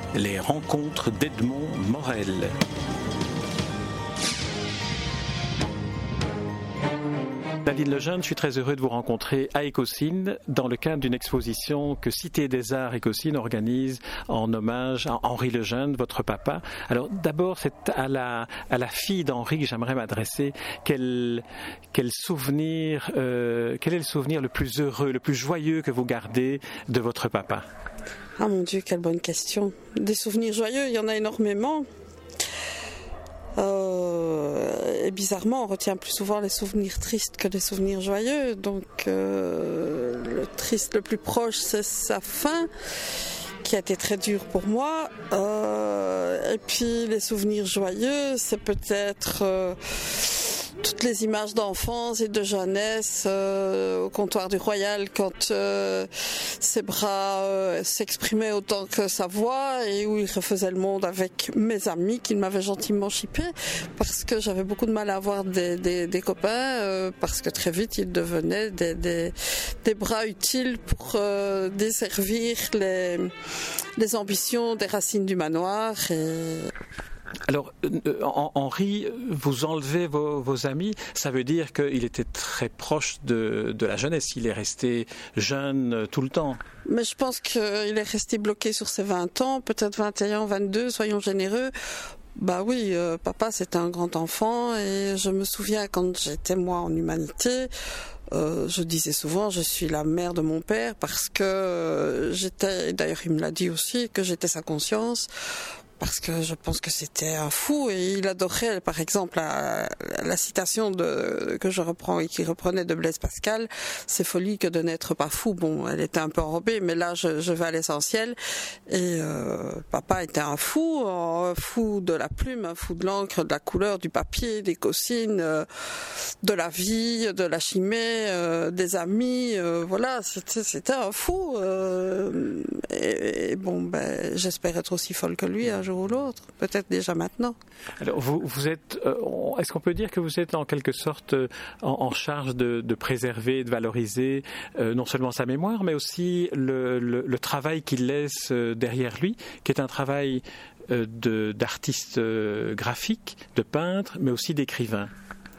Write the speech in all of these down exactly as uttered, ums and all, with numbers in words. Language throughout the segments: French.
Les rencontres d'Edmond Morel. David Lejeune, je suis très heureux de vous rencontrer à Écossyne dans le cadre d'une exposition que Cité des Arts Écossyne organise en hommage à Henri Lejeune, votre papa. Alors d'abord, c'est à la, à la fille d'Henri que j'aimerais m'adresser. Quel, quel souvenir, euh, quel est le souvenir le plus heureux, le plus joyeux que vous gardez de votre papa ? Ah mon Dieu, quelle bonne question. Des souvenirs joyeux, il y en a énormément. Euh, et bizarrement, on retient plus souvent les souvenirs tristes que les souvenirs joyeux. Donc, euh, le triste le plus proche, c'est sa fin, qui a été très dure pour moi. Euh, et puis, les souvenirs joyeux, c'est peut-être euh, toutes les images d'enfance et de jeunesse euh, au comptoir du Royal, quand euh, ses bras euh, s'exprimaient autant que sa voix et où il refaisait le monde avec mes amis qu'il m'avait gentiment chippé, parce que j'avais beaucoup de mal à avoir des, des, des copains, euh, parce que très vite ils devenaient des, des, des bras utiles pour euh, desservir les, les ambitions des racines du manoir. Et... Alors, euh, Henri, vous enlevez vos, vos amis, ça veut dire qu'il était très proche de, de la jeunesse, il est resté jeune euh, tout le temps. Mais je pense qu'il est resté bloqué sur ses vingt ans, peut-être vingt et un, vingt-deux, soyons généreux. Bah oui, euh, papa c'était un grand enfant et je me souviens quand j'étais moi en humanité, euh, je disais souvent je suis la mère de mon père parce que euh, j'étais, d'ailleurs il me l'a dit aussi, que j'étais sa conscience. Parce que je pense que c'était un fou et il adorait, par exemple, la, la citation de, que je reprends et qui reprenait de Blaise Pascal, c'est folie que de n'être pas fou. Bon, elle était un peu enrobée, mais là je, je vais à l'essentiel. Et euh, papa était un fou, un fou de la plume, un fou de l'encre, de la couleur, du papier, des cossines, euh, de la vie, de la chimée, euh, des amis. Euh, voilà, c'était, c'était un fou. Euh, et, et bon, ben, j'espère être aussi folle que lui un jour ou l'autre, peut-être déjà maintenant. Alors vous, vous êtes, euh, est-ce qu'on peut dire que vous êtes en quelque sorte euh, en, en charge de, de préserver, de valoriser euh, non seulement sa mémoire, mais aussi le, le, le travail qu'il laisse euh, derrière lui, qui est un travail euh, de, d'artiste euh, graphique, de peintre, mais aussi d'écrivain.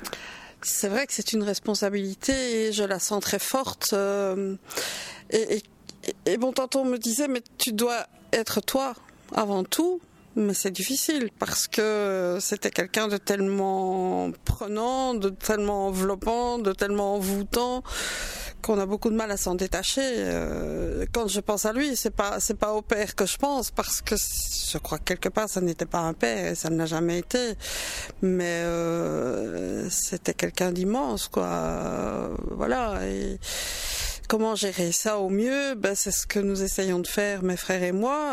C'est vrai que c'est une responsabilité et je la sens très forte. Euh, et, et, et bon, tantôt on me disait, mais tu dois être toi avant tout. Mais c'est difficile parce que c'était quelqu'un de tellement prenant, de tellement enveloppant, de tellement envoûtant qu'on a beaucoup de mal à s'en détacher. Quand je pense à lui, c'est pas c'est pas au père que je pense parce que je crois que quelque part ça n'était pas un père et ça ne l'a jamais été. Mais euh, c'était quelqu'un d'immense, quoi. Voilà. Et comment gérer ça au mieux? Ben, c'est ce que nous essayons de faire, mes frères et moi.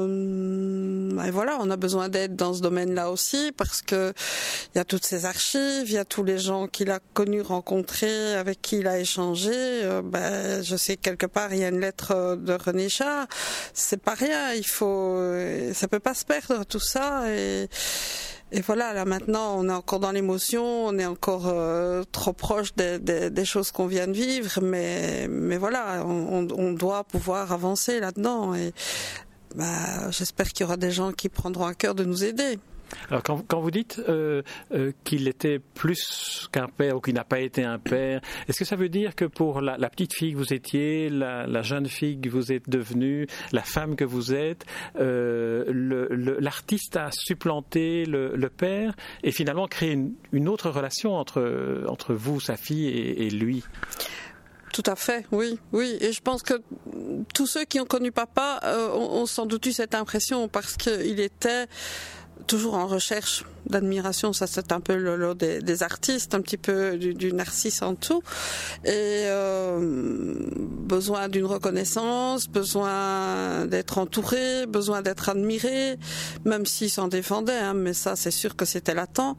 Euh, et voilà, on a besoin d'aide dans ce domaine-là aussi, parce que il y a toutes ces archives, il y a tous les gens qu'il a connus, rencontrés, avec qui il a échangé. Euh, ben, je sais que quelque part il y a une lettre de René Char. C'est pas rien. Il faut, ça peut pas se perdre tout ça. Et Et voilà, là maintenant, on est encore dans l'émotion, on est encore euh, trop proche des, des, des choses qu'on vient de vivre, mais, mais voilà, on, on doit pouvoir avancer là-dedans. Et bah, j'espère qu'il y aura des gens qui prendront à cœur de nous aider. Alors quand, quand vous dites euh, euh, qu'il était plus qu'un père ou qu'il n'a pas été un père, est-ce que ça veut dire que pour la, la petite fille que vous étiez, la, la jeune fille que vous êtes devenue, la femme que vous êtes, euh, le, le, l'artiste a supplanté le, le père et finalement créé une, une autre relation entre, entre vous, sa fille et, et lui? Tout à fait, oui, oui. Et je pense que tous ceux qui ont connu papa euh, ont, ont sans doute eu cette impression parce qu'il était toujours en recherche d'admiration, ça c'est un peu le lot des, des artistes, un petit peu du, du narcisse en tout, et euh, besoin d'une reconnaissance, besoin d'être entouré, besoin d'être admiré, même s'il s'en défendait, hein, mais ça c'est sûr que c'était latent.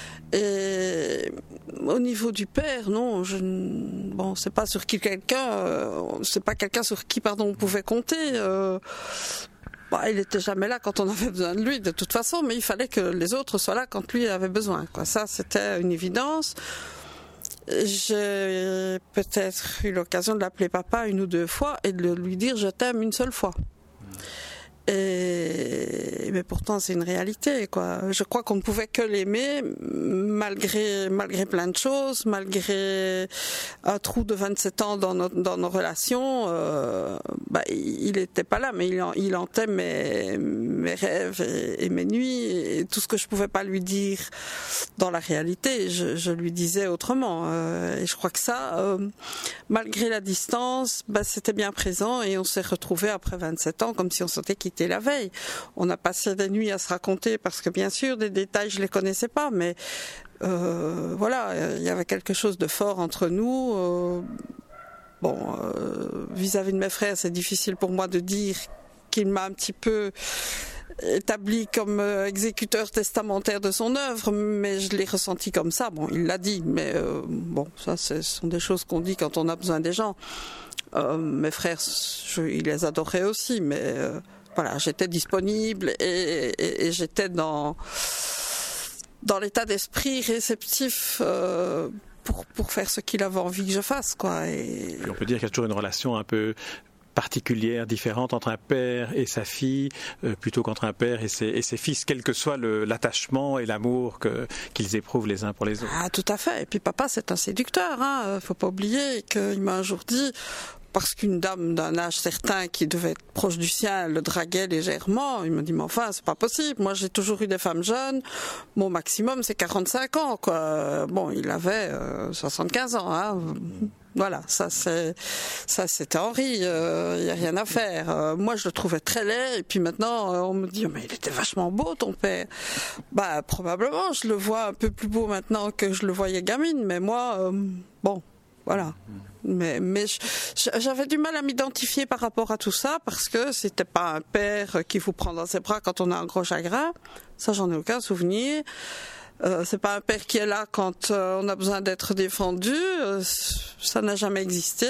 Et au niveau du père, non, je, bon, c'est pas sur qui quelqu'un, euh, c'est pas quelqu'un sur qui, pardon, on pouvait compter. Euh, Bah, il était jamais là quand on avait besoin de lui, de toute façon, mais il fallait que les autres soient là quand lui avait besoin, quoi. Ça, c'était une évidence. J'ai peut-être eu l'occasion de l'appeler papa une ou deux fois et de lui dire je t'aime une seule fois. Et mais pourtant c'est une réalité, quoi. Je crois qu'on ne pouvait que l'aimer malgré malgré plein de choses, malgré un trou de vingt-sept ans dans nos dans nos relations. Euh, bah, il n'était pas là, mais il il hantait mes mes rêves et, et mes nuits et tout ce que je pouvais pas lui dire dans la réalité, je, je lui disais autrement. Euh, et je crois que ça, euh, malgré la distance, bah, c'était bien présent et on s'est retrouvés après vingt-sept ans comme si on s'était quitté la veille. On a passé des nuits à se raconter parce que bien sûr des détails je les connaissais pas, mais euh, voilà, il y avait quelque chose de fort entre nous. Euh, bon, euh, vis-à-vis de mes frères, c'est difficile pour moi de dire qu'il m'a un petit peu établi comme exécuteur testamentaire de son œuvre, mais je l'ai ressenti comme ça. Bon, il l'a dit, mais euh, bon, ça ce sont des choses qu'on dit quand on a besoin des gens. Euh, mes frères, je, ils les adoraient aussi, mais euh, voilà, j'étais disponible et, et, et j'étais dans dans l'état d'esprit réceptif euh, pour pour faire ce qu'il avait envie que je fasse, quoi. Et on peut dire qu'il y a toujours une relation un peu particulière, différente entre un père et sa fille, euh, plutôt qu'entre un père et ses, et ses fils, quel que soit le, l'attachement et l'amour que, qu'ils éprouvent les uns pour les autres. Ah, tout à fait. Et puis papa, c'est un séducteur, hein. Faut pas oublier qu'il m'a un jour dit, parce qu'une dame d'un âge certain qui devait être proche du sien le draguait légèrement, il m'a dit mais enfin c'est pas possible, moi j'ai toujours eu des femmes jeunes, mon maximum c'est quarante-cinq ans, quoi. Bon, il avait euh, soixante-quinze ans, hein. Voilà, ça c'est ça c'était Henri, il euh, y a rien à faire. Euh, moi je le trouvais très laid et puis maintenant euh, on me dit oh, mais il était vachement beau ton père. Bah probablement, je le vois un peu plus beau maintenant que je le voyais gamine, mais moi euh, bon, voilà. Mais, mais je, j'avais du mal à m'identifier par rapport à tout ça parce que c'était pas un père qui vous prend dans ses bras quand on a un gros chagrin. Ça, j'en ai aucun souvenir. Euh, c'est pas un père qui est là quand euh, on a besoin d'être défendu. Euh, ça n'a jamais existé.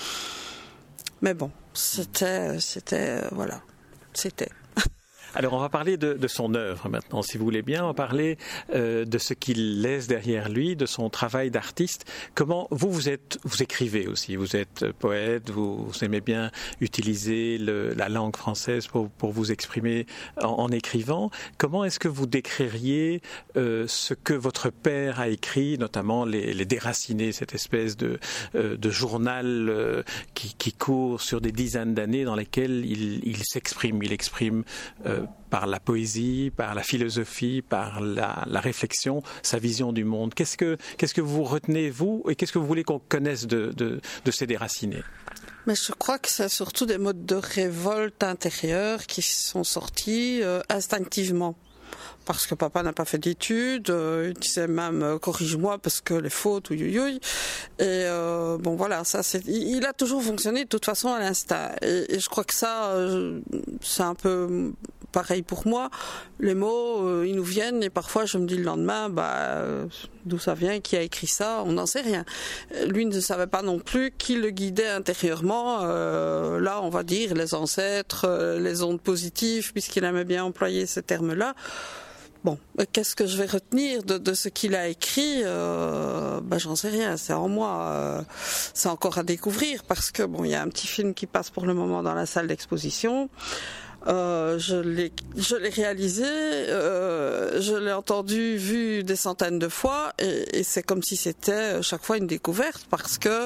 Mais bon, c'était, c'était, euh, voilà, c'était. Alors on va parler de, de son œuvre maintenant, si vous voulez bien. On va parler euh, de ce qu'il laisse derrière lui, de son travail d'artiste. Comment vous vous êtes, vous écrivez aussi. Vous êtes poète, vous, vous aimez bien utiliser le, la langue française pour, pour vous exprimer en, en écrivant. Comment est-ce que vous décririez euh, ce que votre père a écrit, notamment les, les Déracinés, cette espèce de, euh, de journal euh, qui, qui court sur des dizaines d'années dans lesquelles il, il s'exprime, il exprime euh, par la poésie, par la philosophie, par la, la réflexion, sa vision du monde. Qu'est-ce que, qu'est-ce que vous retenez, vous, et qu'est-ce que vous voulez qu'on connaisse de, de, de ces Déracinés ? Mais je crois que c'est surtout des modes de révolte intérieure qui sont sortis euh, instinctivement. Parce que papa n'a pas fait d'études, euh, il disait même euh, corrige-moi parce que les fautes, ouïouïouï. Et euh, bon voilà, ça c'est, il a toujours fonctionné de toute façon à l'instinct. Et, et je crois que ça, euh, c'est un peu pareil pour moi. Les mots, euh, ils nous viennent et parfois je me dis le lendemain, bah euh, d'où ça vient, qui a écrit ça, on n'en sait rien. Lui ne savait pas non plus qui le guidait intérieurement. Euh, là, on va dire les ancêtres, euh, les ondes positives, puisqu'il aimait bien employer ces termes-là. Bon, qu'est-ce que je vais retenir de, de ce qu'il a écrit euh, ben, j'en sais rien, c'est en moi. Euh, c'est encore à découvrir parce que bon, il y a un petit film qui passe pour le moment dans la salle d'exposition. Euh, je l'ai, je l'ai réalisé, euh, je l'ai entendu, vu des centaines de fois, et, et c'est comme si c'était chaque fois une découverte parce que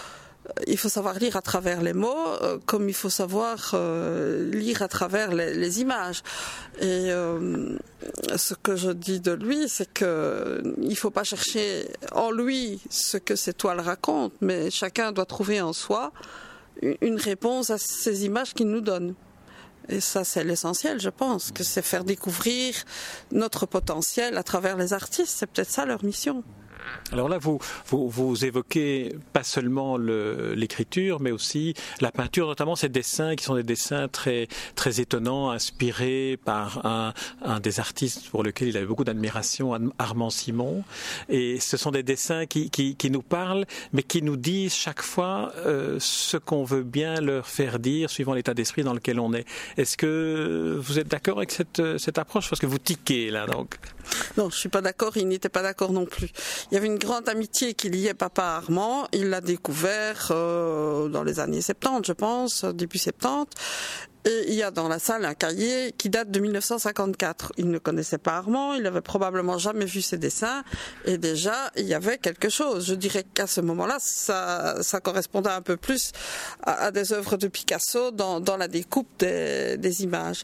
il faut savoir lire à travers les mots, euh, comme il faut savoir euh, lire à travers les, les images. Et euh, ce que je dis de lui, c'est que il faut pas chercher en lui ce que ces toiles racontent, mais chacun doit trouver en soi une réponse à ces images qu'il nous donne. Et ça, c'est l'essentiel, je pense, que c'est faire découvrir notre potentiel à travers les artistes. C'est peut-être ça leur mission. Alors là, vous, vous, vous évoquez pas seulement le, l'écriture, mais aussi la peinture, notamment ces dessins qui sont des dessins très, très étonnants, inspirés par un, un des artistes pour lequel il avait beaucoup d'admiration, Armand Simon. Et ce sont des dessins qui, qui, qui nous parlent, mais qui nous disent chaque fois euh, ce qu'on veut bien leur faire dire, suivant l'état d'esprit dans lequel on est. Est-ce que vous êtes d'accord avec cette, cette approche ? Parce que vous tiquez là, donc. Non, je suis pas d'accord, il n'était pas d'accord non plus. Il y avait une grande amitié qui liait papa à Armand, il l'a découvert euh, dans les années soixante-dix, je pense, début soixante-dix. Et il y a dans la salle un cahier qui date de mille neuf cent cinquante-quatre. Il ne connaissait pas Armand, il n'avait probablement jamais vu ses dessins, et déjà il y avait quelque chose. Je dirais qu'à ce moment-là, ça, ça correspondait un peu plus à, à des œuvres de Picasso dans, dans la découpe des, des images.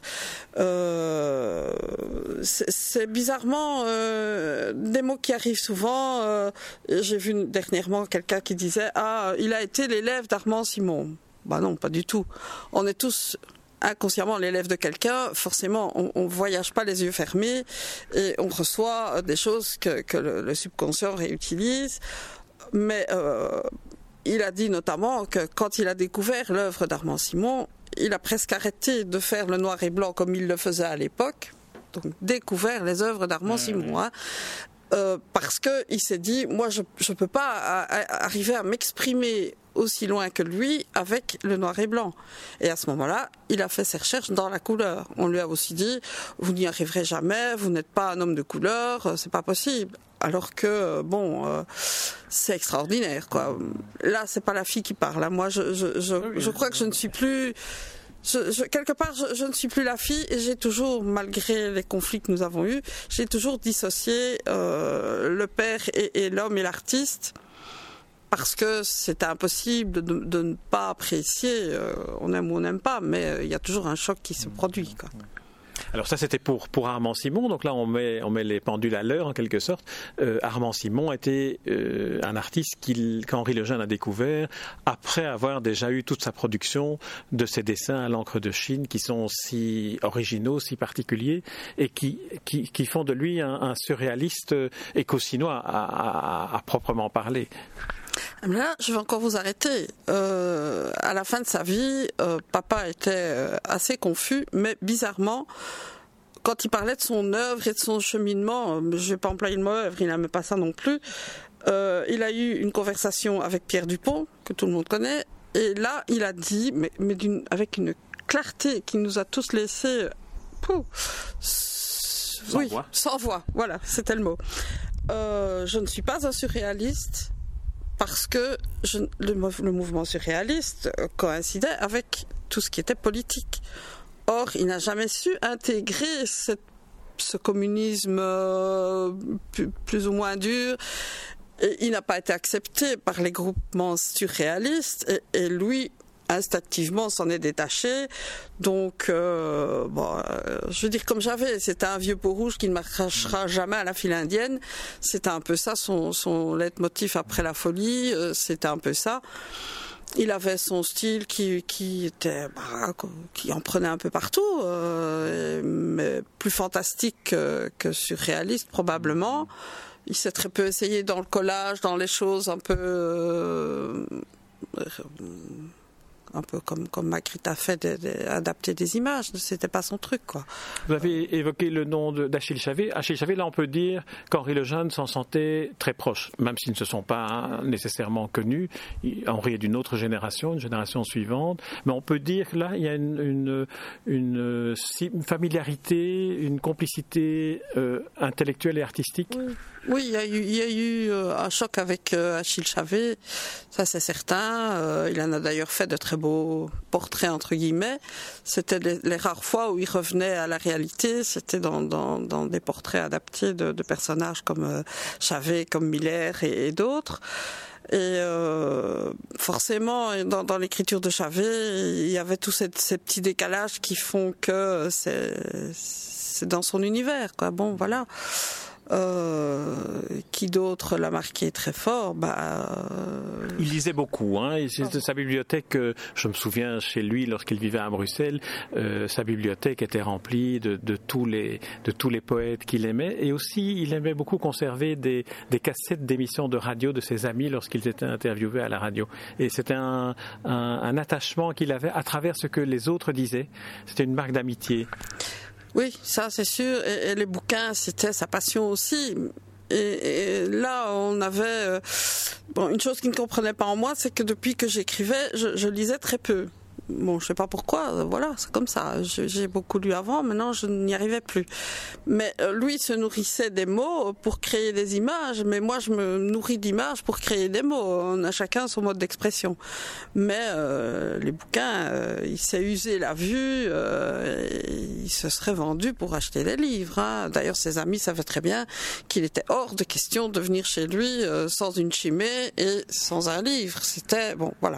Euh, c'est, c'est bizarrement euh, des mots qui arrivent souvent. Euh, j'ai vu dernièrement quelqu'un qui disait « Ah, il a été l'élève d'Armand Simon ». Bah non, pas du tout. On est tous inconsciemment l'élève de quelqu'un, forcément on ne voyage pas les yeux fermés et on reçoit des choses que, que le, le subconscient réutilise. Mais euh, il a dit notamment que quand il a découvert l'œuvre d'Armand Simon, il a presque arrêté de faire le noir et blanc comme il le faisait à l'époque, donc découvert les œuvres d'Armand mmh. Simon. Hein. Euh, parce qu'il s'est dit, moi je ne peux pas à, à, arriver à m'exprimer aussi loin que lui avec le noir et blanc. Et à ce moment-là, il a fait ses recherches dans la couleur. On lui a aussi dit, vous n'y arriverez jamais, vous n'êtes pas un homme de couleur, c'est pas possible. Alors que, bon, euh, c'est extraordinaire, quoi. Là, c'est pas la fille qui parle. Hein. Moi, je, je, je, je crois que je ne suis plus... Je, je, quelque part, je, je ne suis plus la fille et j'ai toujours, malgré les conflits que nous avons eus, j'ai toujours dissocié euh, le père et, et l'homme et l'artiste parce que c'était impossible de, de ne pas apprécier. Euh, on aime ou on n'aime pas, mais il euh, y a toujours un choc qui se produit, quoi. Alors ça c'était pour, pour Armand Simon, donc là on met, on met les pendules à l'heure en quelque sorte. Euh, Armand Simon était euh, un artiste qu'il, qu'Henri Lejeune a découvert après avoir déjà eu toute sa production de ses dessins à l'encre de Chine qui sont si originaux, si particuliers et qui, qui, qui font de lui un, un surréaliste éco-chinois à, à, à proprement parler. Mais là, je vais encore vous arrêter. Euh, à la fin de sa vie, euh, papa était assez confus, mais bizarrement, quand il parlait de son œuvre et de son cheminement, je ne vais pas employer le mot œuvre, il n'aimait pas ça non plus, euh, il a eu une conversation avec Pierre Dupont, que tout le monde connaît, et là, il a dit, mais, mais d'une, avec une clarté qui nous a tous laissé... Pouh, sans oui, voix. Sans voix, voilà, c'était le mot. Euh, je ne suis pas un surréaliste, parce que je, le, le mouvement surréaliste coïncidait avec tout ce qui était politique. Or, il n'a jamais su intégrer cette, ce communisme euh, plus, plus ou moins dur. Et il n'a pas été accepté par les groupements surréalistes. Et, et lui, instinctivement, s'en est détaché. Donc, euh, bon, euh, je veux dire, comme j'avais, c'était un vieux peau rouge qui ne m'arrachera jamais à la file indienne. C'était un peu ça, son, son leitmotiv après la folie. Euh, c'était un peu ça. Il avait son style qui, qui était, bah, qui en prenait un peu partout, euh, mais plus fantastique que, que surréaliste probablement. Il s'est très peu essayé dans le collage, dans les choses un peu... Euh, un peu comme, comme Magritte a fait, de, de, adapter des images. C'était pas son truc, quoi. Vous avez évoqué le nom de, d'Achille Chavet. Achille Chavet, là, on peut dire qu'Henri Lejeune s'en sentait très proche, même s'ils ne se sont pas nécessairement connus. Henri est d'une autre génération, une génération suivante. Mais on peut dire que là, il y a une, une, une, une familiarité, une complicité euh, intellectuelle et artistique. Oui. Oui, il y a eu, il y a eu euh, un choc avec euh, Achille Chavet, ça c'est certain. Euh, il en a d'ailleurs fait de très beaux portraits entre guillemets. C'était les, les rares fois où il revenait à la réalité. C'était dans, dans, dans des portraits adaptés de, de personnages comme euh, Chavet, comme Miller et, et d'autres. Et euh, forcément, dans, dans l'écriture de Chavet, il y avait tous ces, ces petits décalages qui font que c'est, c'est dans son univers, quoi. Bon, voilà. Euh, qui d'autre l'a marqué très fort? Bah, euh... Il lisait beaucoup, hein. Et c'est de sa bibliothèque, euh, je me souviens chez lui lorsqu'il vivait à Bruxelles, euh, sa bibliothèque était remplie de, de tous les de tous les poètes qu'il aimait, et aussi il aimait beaucoup conserver des, des cassettes d'émissions de radio de ses amis lorsqu'ils étaient interviewés à la radio. Et c'était un, un, un attachement qu'il avait à travers ce que les autres disaient. C'était une marque d'amitié. Oui, ça c'est sûr. Et, et les bouquins, c'était sa passion aussi. Et, et là, on avait... Euh, bon, une chose qu'il ne comprenait pas en moi, c'est que depuis que j'écrivais, je, je lisais très peu. Bon, je sais pas pourquoi, voilà, c'est comme ça. J'ai beaucoup lu avant, maintenant je n'y arrivais plus. Mais lui se nourrissait des mots pour créer des images, mais moi je me nourris d'images pour créer des mots. On a chacun son mode d'expression. Mais euh, les bouquins, euh, il s'est usé la vue, euh, il se serait vendu pour acheter des livres. Hein. D'ailleurs, ses amis savaient très bien qu'il était hors de question de venir chez lui euh, sans une chimée et sans un livre. C'était, bon, voilà.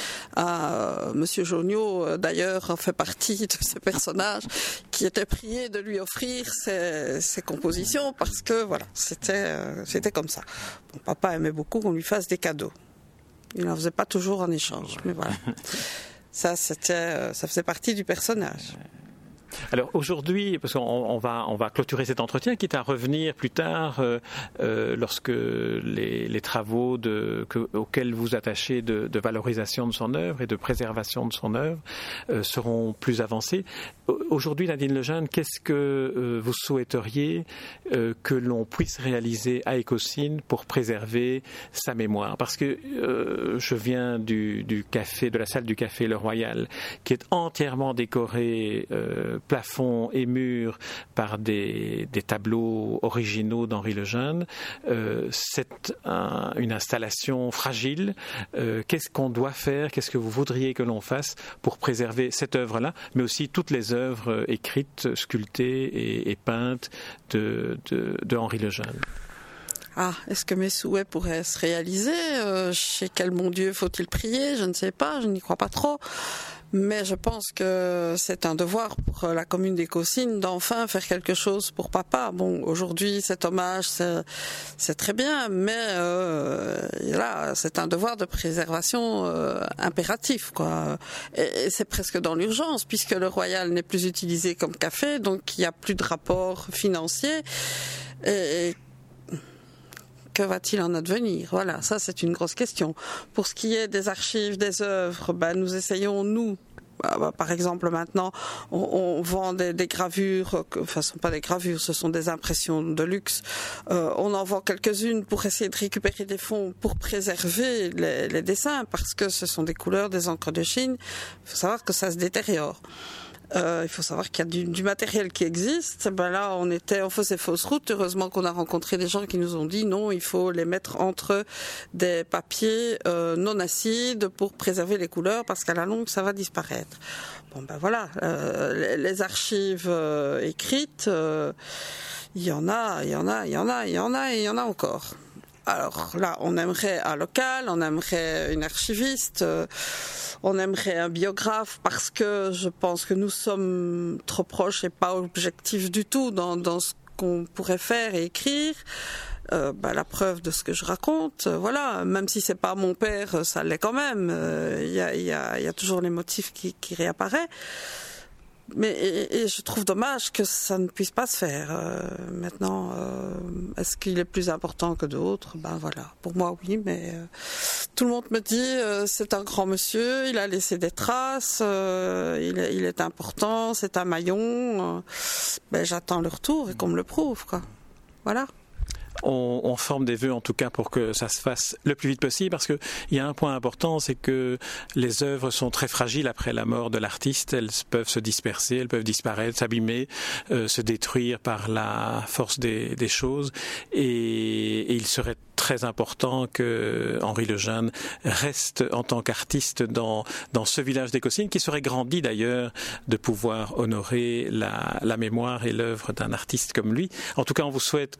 Euh, Monsieur Jonio, d'ailleurs, fait partie de ces personnages qui étaient priés de lui offrir ses, ses compositions parce que voilà, c'était euh, c'était comme ça. Bon, papa aimait beaucoup qu'on lui fasse des cadeaux. Il n'en faisait pas toujours en échange, mais voilà. Ça, c'était, ça faisait partie du personnage. Alors aujourd'hui, parce qu'on on va, on va clôturer cet entretien, quitte à revenir plus tard euh, euh, lorsque les, les travaux de, que, auxquels vous attachez de, de valorisation de son œuvre et de préservation de son œuvre euh, seront plus avancés. Aujourd'hui, Nadine Lejeune, qu'est-ce que euh, vous souhaiteriez euh, que l'on puisse réaliser à Écossyne pour préserver sa mémoire? Parce que euh, je viens du, du café, de la salle du café Le Royal, qui est entièrement décorée euh, plafond et murs par des, des tableaux originaux d'Henri Lejeune. Euh, c'est un, une installation fragile. Euh, qu'est-ce qu'on doit faire? Qu'est-ce que vous voudriez que l'on fasse pour préserver cette œuvre-là, mais aussi toutes les œuvres écrites, sculptées et, et peintes de, de, de Henri Lejeune? Ah, est-ce que mes souhaits pourraient se réaliser? euh, Chez quel bon Dieu faut-il prier? Je ne sais pas, je n'y crois pas trop. Mais je pense que c'est un devoir pour la commune d'Écossyne d'enfin faire quelque chose pour papa. Bon, aujourd'hui, cet hommage, c'est, c'est très bien, mais euh, là, c'est un devoir de préservation euh, impératif, quoi. Et, et c'est presque dans l'urgence, puisque le Royal n'est plus utilisé comme café, donc il n'y a plus de rapport financier. Et, et que va-t-il en advenir? Voilà, ça c'est une grosse question. Pour ce qui est des archives, des œuvres, ben, nous essayons, nous, par exemple maintenant, on, on vend des, des gravures, enfin ce ne sont pas des gravures, ce sont des impressions de luxe. Euh, on en vend quelques-unes pour essayer de récupérer des fonds pour préserver les, les dessins, parce que ce sont des couleurs, des encres de Chine. Il faut savoir que ça se détériore. Euh, il faut savoir qu'il y a du, du matériel qui existe. Ben là, on était, on faisait fausse route. Heureusement qu'on a rencontré des gens qui nous ont dit non, il faut les mettre entre des papiers euh, non acides pour préserver les couleurs, parce qu'à la longue, ça va disparaître. Bon ben voilà, euh, les, les archives euh, écrites, euh, il y en a, il y en a, il y en a, il y en a et il y en a encore. Alors là, on aimerait un local, on aimerait une archiviste, euh, on aimerait un biographe, parce que je pense que nous sommes trop proches et pas objectifs du tout dans, dans ce qu'on pourrait faire et écrire. Euh, bah, la preuve de ce que je raconte, euh, voilà, même si c'est pas mon père, ça l'est quand même. Il euh, y, a, y, a, y a toujours les motifs qui, qui réapparaissent. Mais et, et je trouve dommage que ça ne puisse pas se faire. Euh, maintenant, euh, est-ce qu'il est plus important que d'autres? Ben voilà, pour moi oui, mais euh, tout le monde me dit euh, c'est un grand monsieur, il a laissé des traces, euh, il, est, il est important, c'est un maillon. Euh, ben j'attends le retour et qu'on me le prouve, quoi. Voilà. On, on forme des vœux en tout cas pour que ça se fasse le plus vite possible, parce qu'il y a un point important, c'est que les œuvres sont très fragiles après la mort de l'artiste. Elles peuvent se disperser, elles peuvent disparaître, s'abîmer, euh, se détruire par la force des, des choses, et, et il serait très important que Henri Lejeune reste en tant qu'artiste dans, dans ce village d'Écossyne, qui serait grandi d'ailleurs de pouvoir honorer la, la mémoire et l'œuvre d'un artiste comme lui. En tout cas, on vous souhaite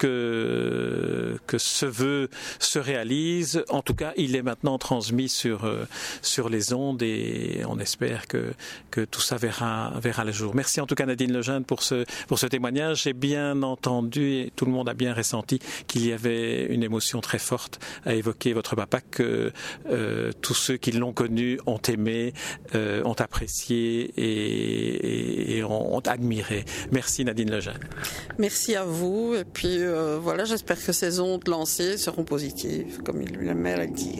que, que ce vœu se réalise. En tout cas, il est maintenant transmis sur, sur les ondes, et on espère que, que tout ça verra, verra le jour. Merci en tout cas Nadine Lejeune pour ce, pour ce témoignage. J'ai bien entendu, et tout le monde a bien ressenti, qu'il y avait une émotion très forte à évoquer votre papa, que euh, tous ceux qui l'ont connu ont aimé, euh, ont apprécié et, et, et ont, ont admiré. Merci Nadine Lejeune. Merci à vous, et puis euh, voilà, j'espère que ces ondes lancées seront positives, comme il aimait à le dire.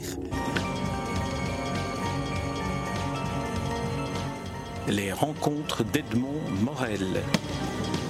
Les rencontres d'Edmond Morel.